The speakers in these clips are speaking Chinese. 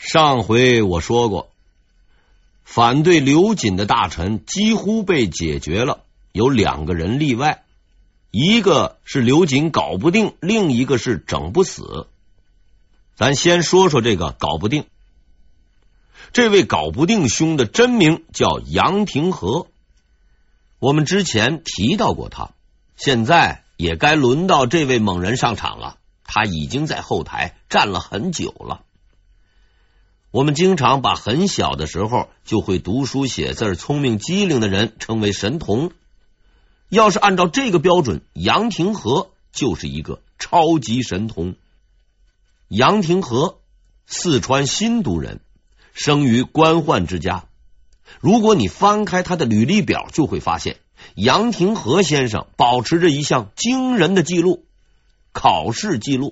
上回我说过，反对刘瑾的大臣几乎被解决了，有2个人例外，一个是刘瑾搞不定，另一个是整不死。咱先说说这个搞不定。这位搞不定兄的真名叫杨廷和，我们之前提到过他，现在也该轮到这位猛人上场了。他已经在后台站了很久了。我们经常把很小的时候就会读书写字、聪明机灵的人称为神童。要是按照这个标准，杨廷和就是一个超级神童。杨廷和，四川新都人，生于官宦之家。如果你翻开他的履历表，就会发现杨廷和先生保持着一项惊人的记录，考试记录。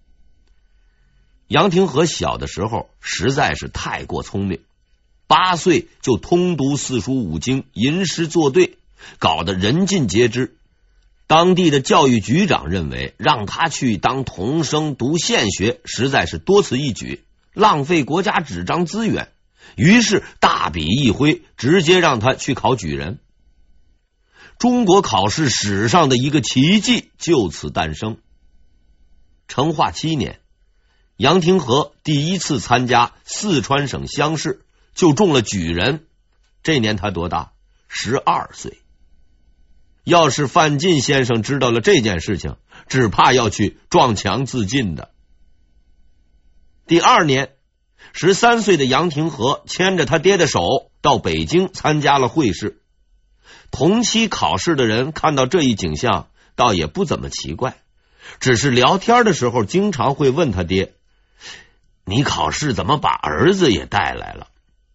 杨廷和小的时候实在是太过聪明，8岁就通读4书5经，吟诗作对，搞得人尽皆知。当地的教育局长认为让他去当童生读县学实在是多此一举，浪费国家纸张资源，于是大笔一挥，直接让他去考举人。中国考试史上的一个奇迹就此诞生。成化7年，杨廷和第一次参加四川省乡试，就中了举人。这年他多大？12岁。要是范进先生知道了这件事情，只怕要去撞墙自尽的。第2年，13岁的杨廷和牵着他爹的手到北京参加了会试。同期考试的人看到这一景象，倒也不怎么奇怪，只是聊天的时候经常会问他爹：“你考试怎么把儿子也带来了？”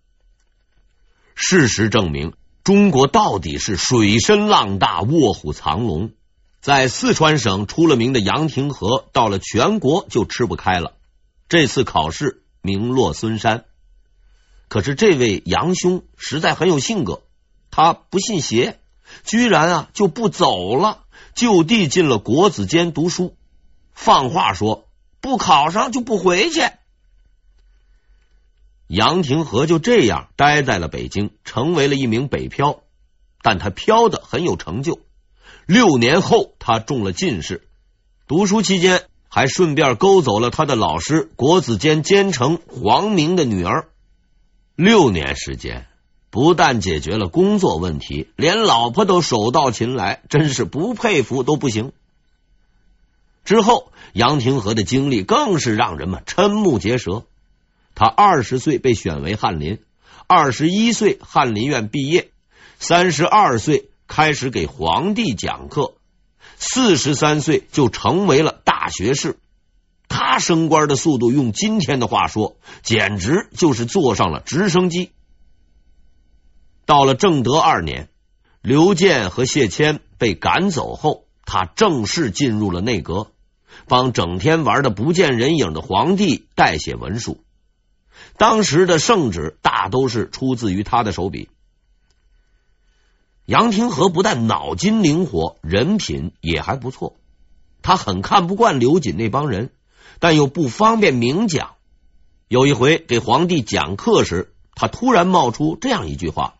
事实证明，中国到底是水深浪大，卧虎藏龙。在四川省出了名的杨廷和，到了全国就吃不开了。这次考试名落孙山。可是这位杨兄实在很有性格，他不信邪，居然就不走了，就地进了国子监读书。放话说，不考上就不回去。杨廷和就这样待在了北京，成为了一名北漂。但他漂的很有成就，6年后他中了进士。读书期间还顺便勾走了他的老师国子监监丞黄明的女儿。6年时间不但解决了工作问题，连老婆都手到擒来，真是不佩服都不行。之后杨廷和的经历更是让人们瞠目结舌。他20岁被选为翰林，21岁翰林院毕业，32岁开始给皇帝讲课，43岁就成为了大学士。他升官的速度，用今天的话说，简直就是坐上了直升机。到了正德2年，刘健和谢谦被赶走后，他正式进入了内阁，帮整天玩的不见人影的皇帝代写文书。当时的圣旨大都是出自于他的手笔。杨廷和不但脑筋灵活，人品也还不错。他很看不惯刘瑾那帮人，但又不方便明讲。有一回给皇帝讲课时，他突然冒出这样一句话：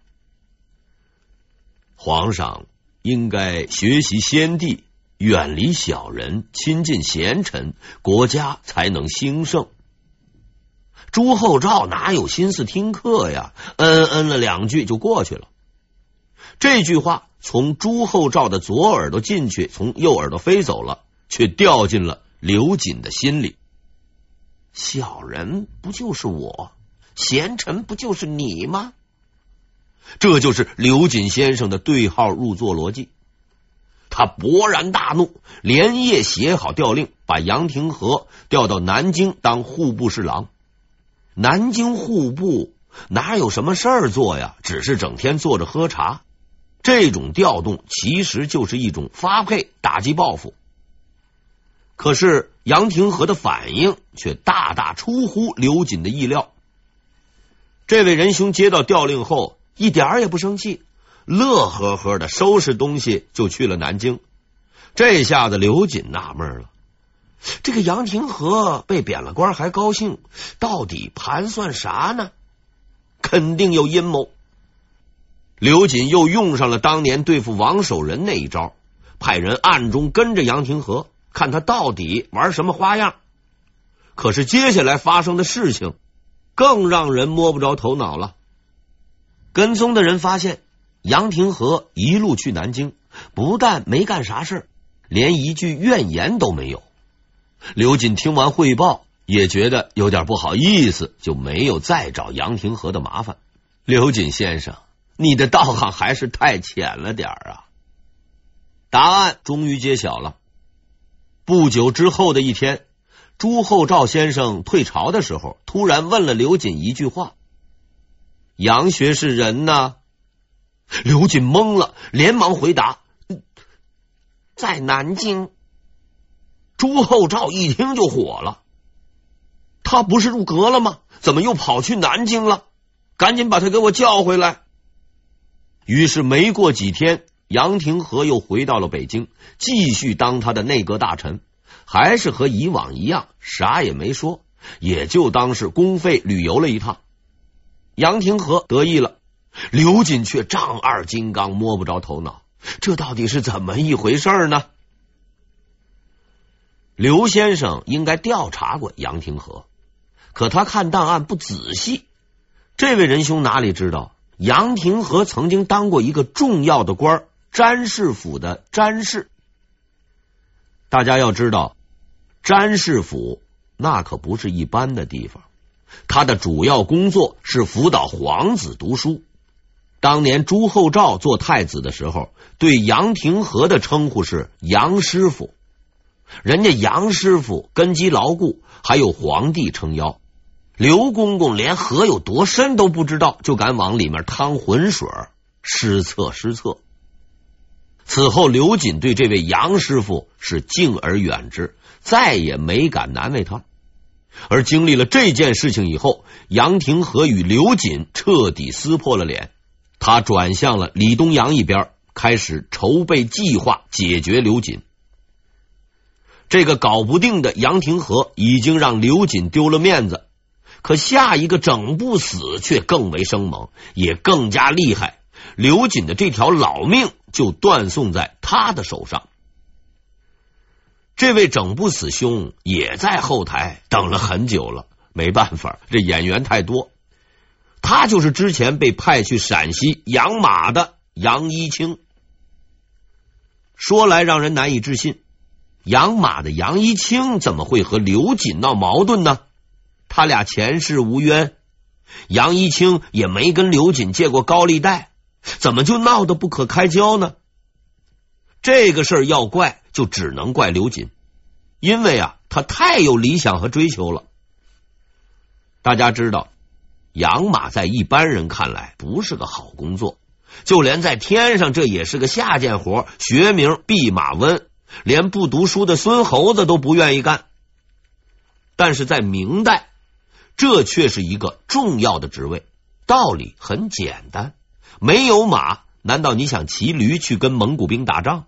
皇上应该学习先帝，远离小人，亲近贤臣，国家才能兴盛。朱厚照哪有心思听课呀？嗯了2句就过去了。这句话从朱厚照的左耳朵进去，从右耳朵飞走了，却掉进了刘瑾的心里。小人不就是我，贤臣不就是你吗？这就是刘瑾先生的对号入座逻辑。他勃然大怒，连夜写好调令，把杨廷和调到南京当户部侍郎。南京户部哪有什么事儿做呀，只是整天坐着喝茶。这种调动其实就是一种发配，打击报复。可是杨廷和的反应却大大出乎刘瑾的意料。这位仁兄接到调令后一点也不生气，乐呵呵的收拾东西就去了南京。这下子刘瑾纳闷了， 这个杨廷和被贬了官还高兴，到底盘算啥呢？肯定有阴谋。刘瑾又用上了当年对付王守仁那一招，派人暗中跟着杨廷和，看他到底玩什么花样。可是接下来发生的事情更让人摸不着头脑了。跟踪的人发现杨廷和一路去南京，不但没干啥事，连一句怨言都没有。刘瑾听完汇报也觉得有点不好意思，就没有再找杨廷和的麻烦。刘瑾先生，你的道行还是太浅了点啊。答案终于揭晓了。不久之后的一天，朱厚照先生退朝的时候，突然问了刘瑾一句话：杨学士人呢？刘瑾懵了，连忙回答：在南京。朱厚照一听就火了，他不是入阁了吗？怎么又跑去南京了？赶紧把他给我叫回来。于是没过几天，杨廷和又回到了北京，继续当他的内阁大臣，还是和以往一样，啥也没说，也就当是公费旅游了一趟。杨廷和得意了，刘瑾却丈二金刚，摸不着头脑，这到底是怎么一回事呢？刘先生应该调查过杨廷和，可他看档案不仔细。这位仁兄哪里知道，杨廷和曾经当过一个重要的官，詹事府的詹事。大家要知道，詹事府那可不是一般的地方，他的主要工作是辅导皇子读书。当年朱厚照做太子的时候，对杨廷和的称呼是杨师傅。人家杨师傅根基牢固，还有皇帝撑腰，刘公公连河有多深都不知道，就敢往里面趟浑水，失策失策。此后刘瑾对这位杨师傅是敬而远之，再也没敢难为他。而经历了这件事情以后，杨廷和与刘瑾彻底撕破了脸，他转向了李东阳一边，开始筹备计划解决刘瑾。这个搞不定的杨廷和已经让刘瑾丢了面子，可下一个整不死却更为生猛，也更加厉害。刘瑾的这条老命就断送在他的手上。这位整不死兄也在后台等了很久了，没办法，这演员太多。他就是之前被派去陕西养马的杨一清。说来让人难以置信，养马的杨一清怎么会和刘瑾闹矛盾呢？他俩前世无冤，杨一清也没跟刘瑾借过高利贷，怎么就闹得不可开交呢？这个事儿要怪就只能怪刘瑾，因为他太有理想和追求了。大家知道，养马在一般人看来不是个好工作，就连在天上这也是个下贱活，学名弼马温，连不读书的孙猴子都不愿意干。但是在明代，这却是一个重要的职位。道理很简单，没有马，难道你想骑驴去跟蒙古兵打仗？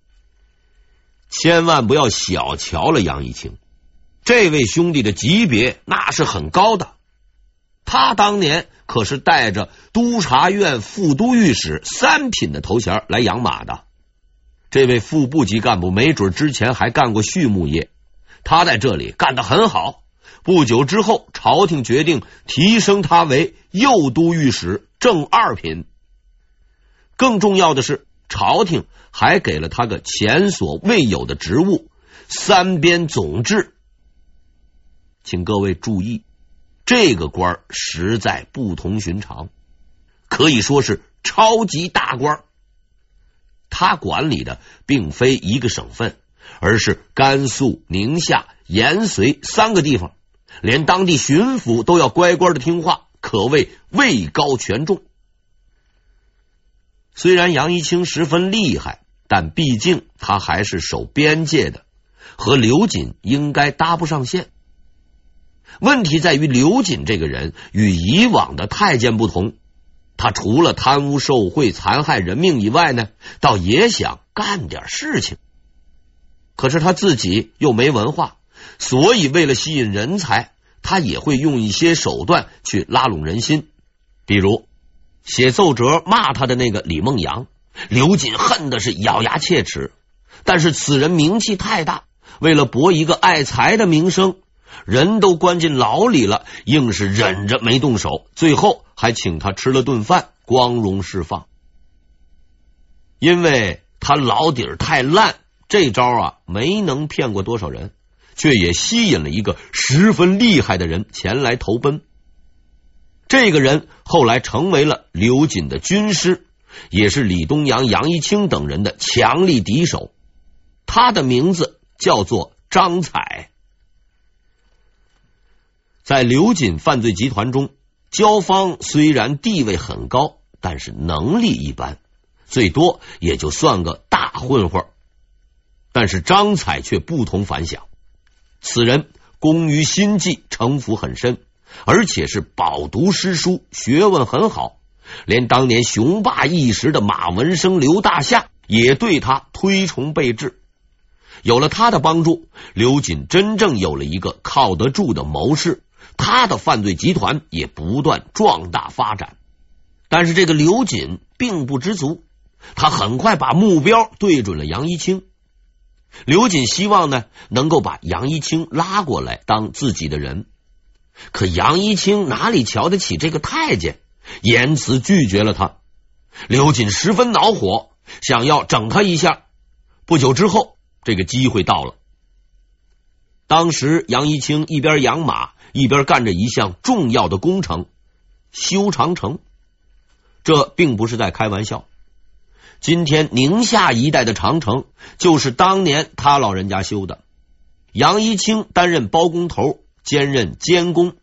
千万不要小瞧了杨一清，这位兄弟的级别那是很高的。他当年可是带着督察院副都御史3品的头衔来养马的。这位副部级干部没准之前还干过畜牧业，他在这里干得很好。不久之后，朝廷决定提升他为右都御史正2品。更重要的是，朝廷还给了他个前所未有的职务——三边总制。请各位注意，这个官实在不同寻常，可以说是超级大官。他管理的并非一个省份，而是甘肃、宁夏、延绥3个地方，连当地巡抚都要乖乖的听话，可谓位高权重。虽然杨一清十分厉害，但毕竟他还是守边界的，和刘瑾应该搭不上线。问题在于刘瑾这个人与以往的太监不同，他除了贪污受贿、残害人命以外呢，倒也想干点事情。可是他自己又没文化， 所以为了吸引人才，他也会用一些手段去拉拢人心。比如写奏折骂他的那个李梦阳，刘瑾恨的是咬牙切齿，但是此人名气太大，为了博一个爱才的名声，人都关进牢里了，硬是忍着没动手，最后还请他吃了顿饭，光荣释放。因为他老底儿太烂，这招没能骗过多少人，却也吸引了一个十分厉害的人前来投奔。这个人后来成为了刘瑾的军师，也是李东阳、杨一清等人的强力敌手。他的名字叫做张彩。在刘瑾犯罪集团中，焦芳虽然地位很高，但是能力一般，最多也就算个大混混。但是张彩却不同凡响，此人工于心计，城府很深，而且是饱读诗书，学问很好，连当年雄霸一时的马文生、刘大夏也对他推崇备至。有了他的帮助，刘瑾真正有了一个靠得住的谋士，他的犯罪集团也不断壮大发展。但是这个刘瑾并不知足，他很快把目标对准了杨一清。刘瑾希望呢，能够把杨一清拉过来当自己的人，可杨一清哪里瞧得起这个太监，严词拒绝了他。刘瑾十分恼火，想要整他一下。不久之后，这个机会到了。当时杨一清一边养马，一边干着一项重要的工程——修长城。这并不是在开玩笑，今天宁夏一带的长城就是当年他老人家修的。杨一清担任包工头，兼任监工。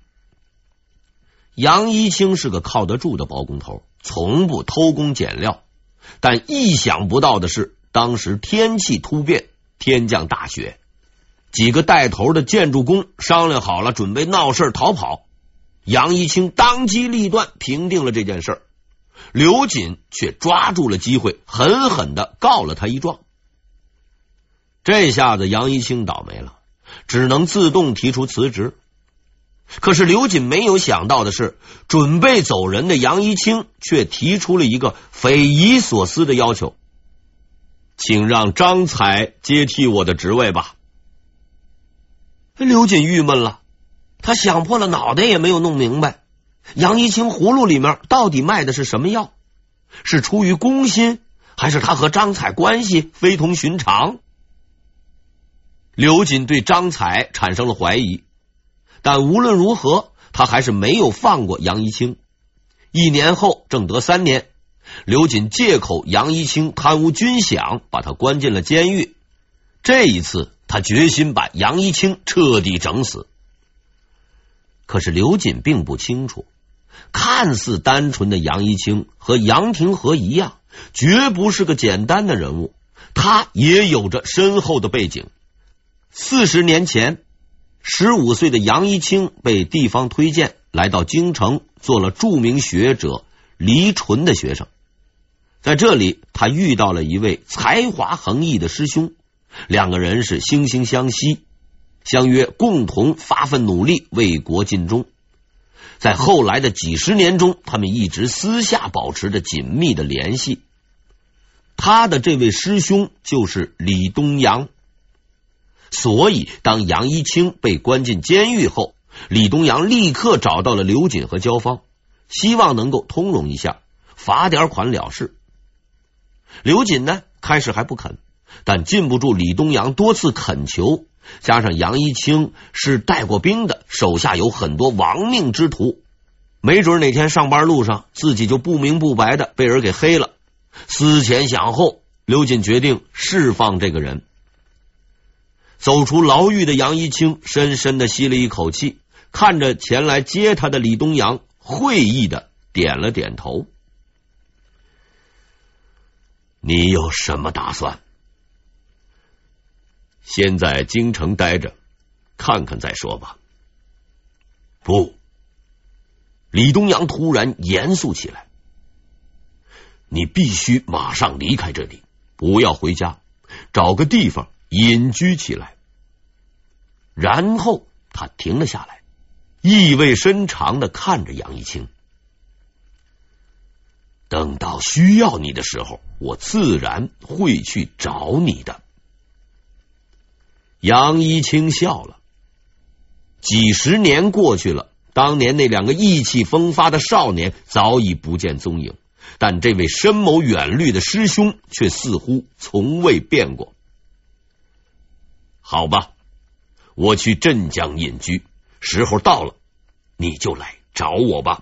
杨一清是个靠得住的包工头，从不偷工减料，但意想不到的是，当时天气突变，天降大雪，几个带头的建筑工商量好了，准备闹事逃跑。杨一清当机立断，平定了这件事。刘瑾却抓住了机会，狠狠的告了他一状。这下子杨一清倒霉了，只能自动提出辞职。可是刘瑾没有想到的是，准备走人的杨一清却提出了一个匪夷所思的要求：请让张彩接替我的职位吧。刘瑾郁闷了，他想破了脑袋也没有弄明白，杨一清葫芦里面到底卖的是什么药？是出于公心，还是他和张彩关系非同寻常？刘瑾对张彩产生了怀疑，但无论如何，他还是没有放过杨一清。1年后，正德3年，刘瑾借口杨一清贪污军饷，把他关进了监狱。这一次，他决心把杨一清彻底整死。可是刘瑾并不清楚，看似单纯的杨一清和杨廷和一样，绝不是个简单的人物，他也有着深厚的背景。40年前，15岁的杨一清被地方推荐来到京城，做了著名学者黎纯的学生。在这里，他遇到了一位才华横溢的师兄，两个人是惺惺相惜，相约共同发奋努力，为国尽忠。在后来的几十年中，他们一直私下保持着紧密的联系。他的这位师兄就是李东阳。所以当杨一清被关进监狱后，李东阳立刻找到了刘瑾和焦芳，希望能够通融一下，罚点款了事。刘瑾呢，开始还不肯，但禁不住李东阳多次恳求，加上杨一清是带过兵的，手下有很多亡命之徒，没准哪天上班路上自己就不明不白的被人给黑了。思前想后，刘瑾决定释放这个人。走出牢狱的杨一清深深的吸了一口气，看着前来接他的李东阳，会意的点了点头。你有什么打算？先在京城待着，看看再说吧。不，李东阳突然严肃起来。你必须马上离开这里，不要回家，找个地方隐居起来。 然后他停了下来，意味深长地看着杨一清。等到需要你的时候，我自然会去找你的。杨一清笑了。几十年过去了，当年那两个意气风发的少年早已不见踪影，但这位深谋远虑的师兄却似乎从未变过。好吧，我去镇江隐居，时候到了，你就来找我吧。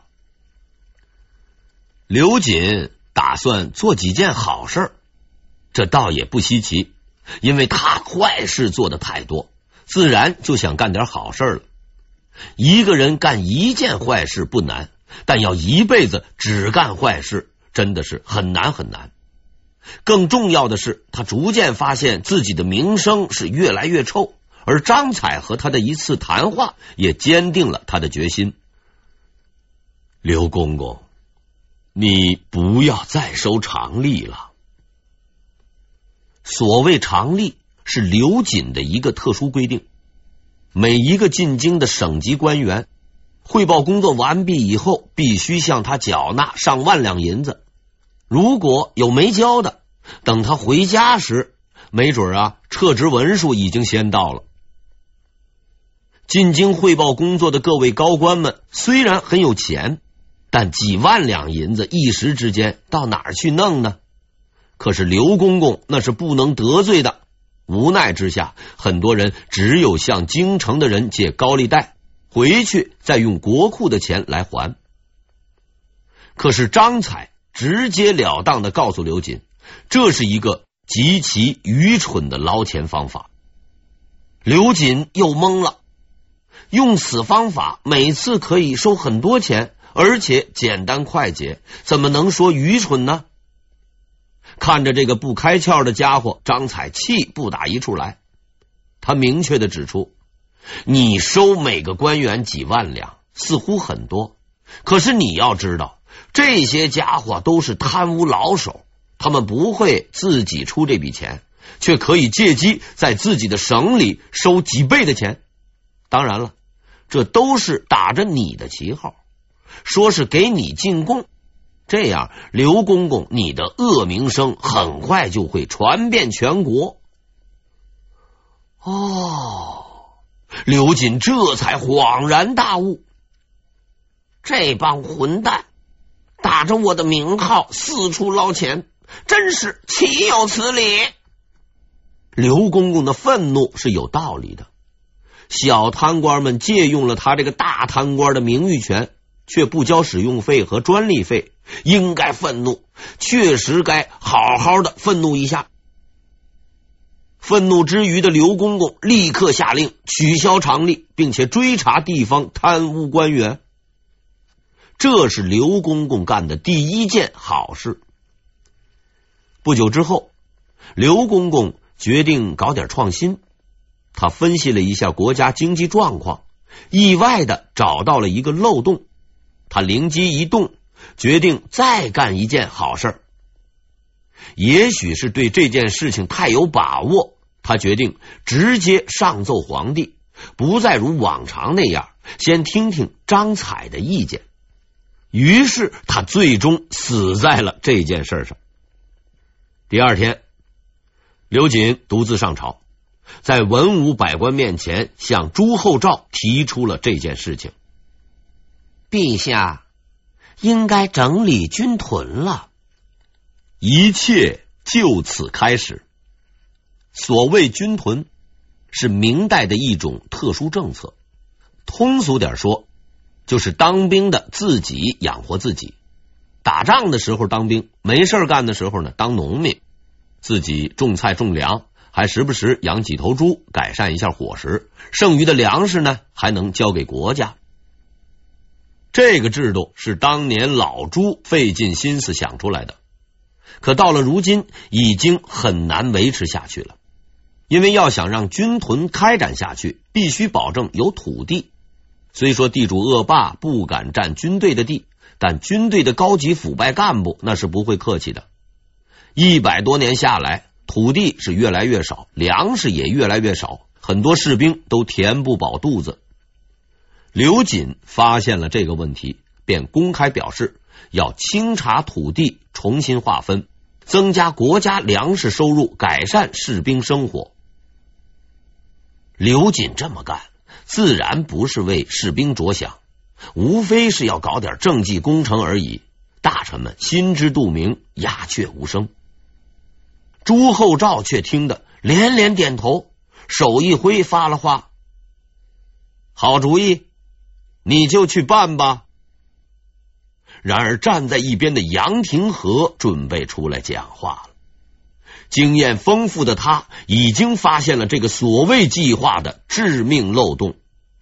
刘瑾打算做几件好事，这倒也不稀奇，因为他坏事做的太多，自然就想干点好事了。一个人干一件坏事不难，但要一辈子只干坏事，真的是很难很难。更重要的是，他逐渐发现自己的名声是越来越臭，而张彩和他的一次谈话也坚定了他的决心。刘公公，你不要再收常例了。所谓常例是刘瑾的一个特殊规定，每一个进京的省级官员汇报工作完毕以后，必须向他缴纳上万两银子。如果有没交的，等他回家时，没准撤职文书已经先到了。进京汇报工作的各位高官们虽然很有钱，但几万两银子一时之间到哪儿去弄呢？可是刘公公那是不能得罪的，无奈之下，很多人只有向京城的人借高利贷，回去再用国库的钱来还。可是张彩直截了当的告诉刘瑾，这是一个极其愚蠢的捞钱方法。刘瑾又懵了，用此方法每次可以收很多钱，而且简单快捷，怎么能说愚蠢呢？看着这个不开窍的家伙，张彩气不打一处来。他明确的指出，你收每个官员几万两似乎很多，可是你要知道，这些家伙都是贪污老手，他们不会自己出这笔钱，却可以借机在自己的省里收几倍的钱。当然了，这都是打着你的旗号，说是给你进贡，这样刘公公你的恶名声很快就会传遍全国。刘瑾这才恍然大悟，这帮混蛋打着我的名号四处捞钱，真是岂有此理！刘公公的愤怒是有道理的，小贪官们借用了他这个大贪官的名誉权，却不交使用费和专利费，应该愤怒，确实该好好的愤怒一下。愤怒之余的刘公公立刻下令取消常例，并且追查地方贪污官员。这是刘公公干的第一件好事。不久之后，刘公公决定搞点创新。他分析了一下国家经济状况，意外的找到了一个漏洞。他灵机一动，决定再干一件好事。也许是对这件事情太有把握，他决定直接上奏皇帝，不再如往常那样先听听张彩的意见。于是他最终死在了这件事上。第二天，刘瑾独自上朝，在文武百官面前向朱厚照提出了这件事情。陛下应该整理军屯了。一切就此开始。所谓军屯是明代的一种特殊政策，通俗点说，就是当兵的自己养活自己，打仗的时候当兵，没事干的时候呢当农民，自己种菜种粮，还时不时养几头猪，改善一下伙食，剩余的粮食呢还能交给国家。这个制度是当年老朱费尽心思想出来的，可到了如今已经很难维持下去了。因为要想让军屯开展下去，必须保证有土地。虽说地主恶霸不敢占军队的地，但军队的高级腐败干部那是不会客气的。100多年下来，土地是越来越少，粮食也越来越少， 很多士兵都填不饱肚子。刘瑾发现了这个问题，便公开表示要清查土地，重新划分，增加国家粮食收入，改善士兵生活。刘瑾这么干，自然不是为士兵着想，无非是要搞点政绩工程而已。大臣们心知肚明，鸦雀无声。朱厚照却听得连连点头，手一挥发了话：好主意，你就去办吧。然而站在一边的杨廷和准备出来讲话了。经验丰富的他已经发现了这个所谓计划的致命漏洞。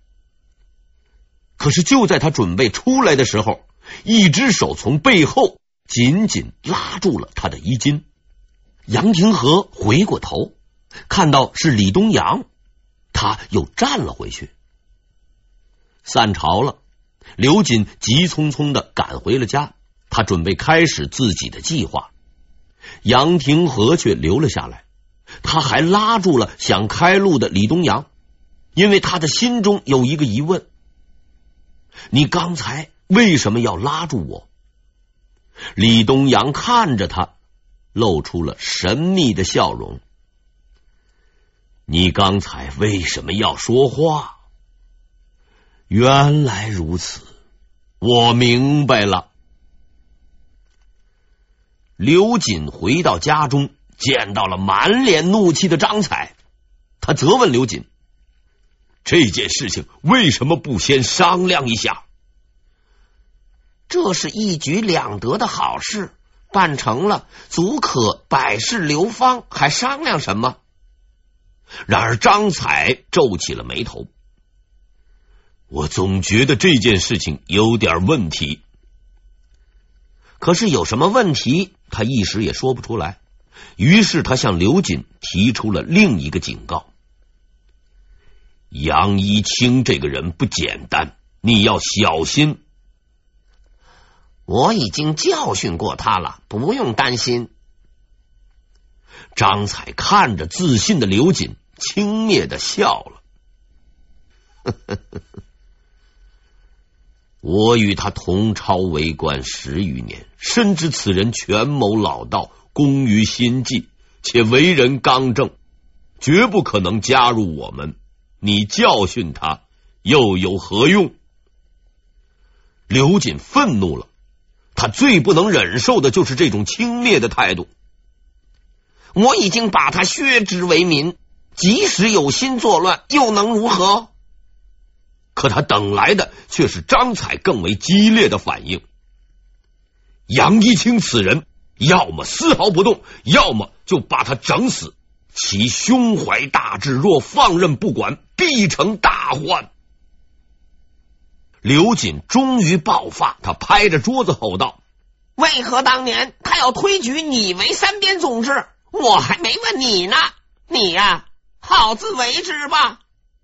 可是就在他准备出来的时候，一只手从背后紧紧拉住了他的衣襟。杨廷和回过头，看到是李东阳，他又站了回去。散朝了，刘瑾急匆匆地赶回了家，他准备开始自己的计划。杨廷和却留了下来，他还拉住了想开路的李东阳，因为他的心中有一个疑问：你刚才为什么要拉住我？李东阳看着他，露出了神秘的笑容。你刚才为什么要说话？原来如此，我明白了。刘瑾回到家中，见到了满脸怒气的张彩。他责问刘瑾：这件事情为什么不先商量一下？ 这是一举两得的好事，办成了足可百世流芳，还商量什么？ 然而张彩皱起了眉头：我总觉得这件事情有点问题。可是有什么问题，他一时也说不出来。于是他向刘瑾提出了另一个警告：杨一清这个人不简单，你要小心。 我已经教训过他了，不用担心。 张彩看着自信的刘瑾，轻蔑的笑了。我与他同朝为官10余年，深知此人权谋老道，工于心计，且为人刚正，绝不可能加入我们。你教训他又有何用？刘瑾愤怒了，他最不能忍受的就是这种轻蔑的态度。 我已经把他削职为民，即使有心作乱，又能如何？ 可他等来的却是张彩更为激烈的反应。杨一清此人，要么丝毫不动，要么就把他整死。其胸怀大志，若放任不管，必成大患。刘瑾终于爆发，他拍着桌子吼道： 为何当年他要推举你为三边总制？我还没问你呢，你呀，好自为之吧。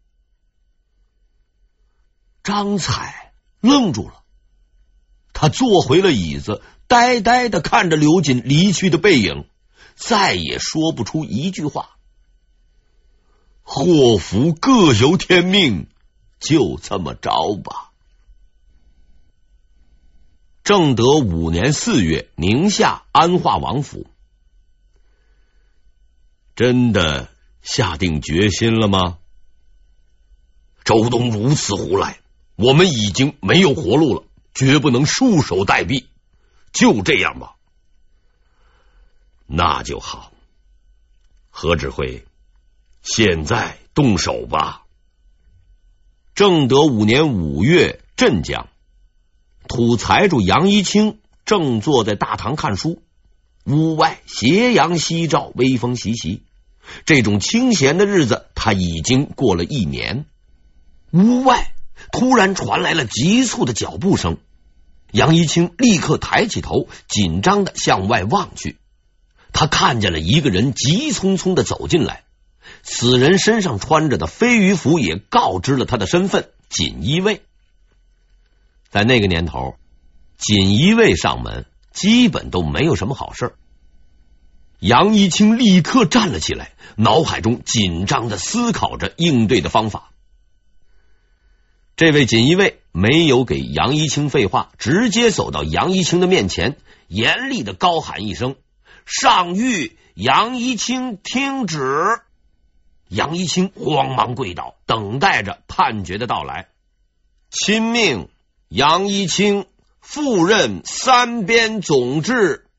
张彩愣住了，他坐回了椅子，呆呆的看着刘瑾离去的背影，再也说不出一句话。祸福各由天命，就这么着吧。正德5年4月，宁夏安化王府。真的下定决心了吗？周东如此胡来，我们已经没有活路了，绝不能束手待毙。就这样吧。那就好。何指挥，现在动手吧。正德5年5月，镇江，土财主杨一清正坐在大堂看书，屋外斜阳西照，微风习习。这种清闲的日子他已经过了1年。屋外突然传来了急促的脚步声，杨一清立刻抬起头，紧张的向外望去。他看见了一个人急匆匆的走进来，此人身上穿着的飞鱼服也告知了他的身份——锦衣卫。在那个年头，锦衣卫上门基本都没有什么好事。 杨一清立刻站了起来，脑海中紧张的思考着应对的方法。这位锦衣卫没有给杨一清废话，直接走到杨一清的面前，严厉的高喊一声：“上谕杨一清听旨！”杨一清慌忙跪倒，等待着判决的到来。钦命杨一清赴任三边总制。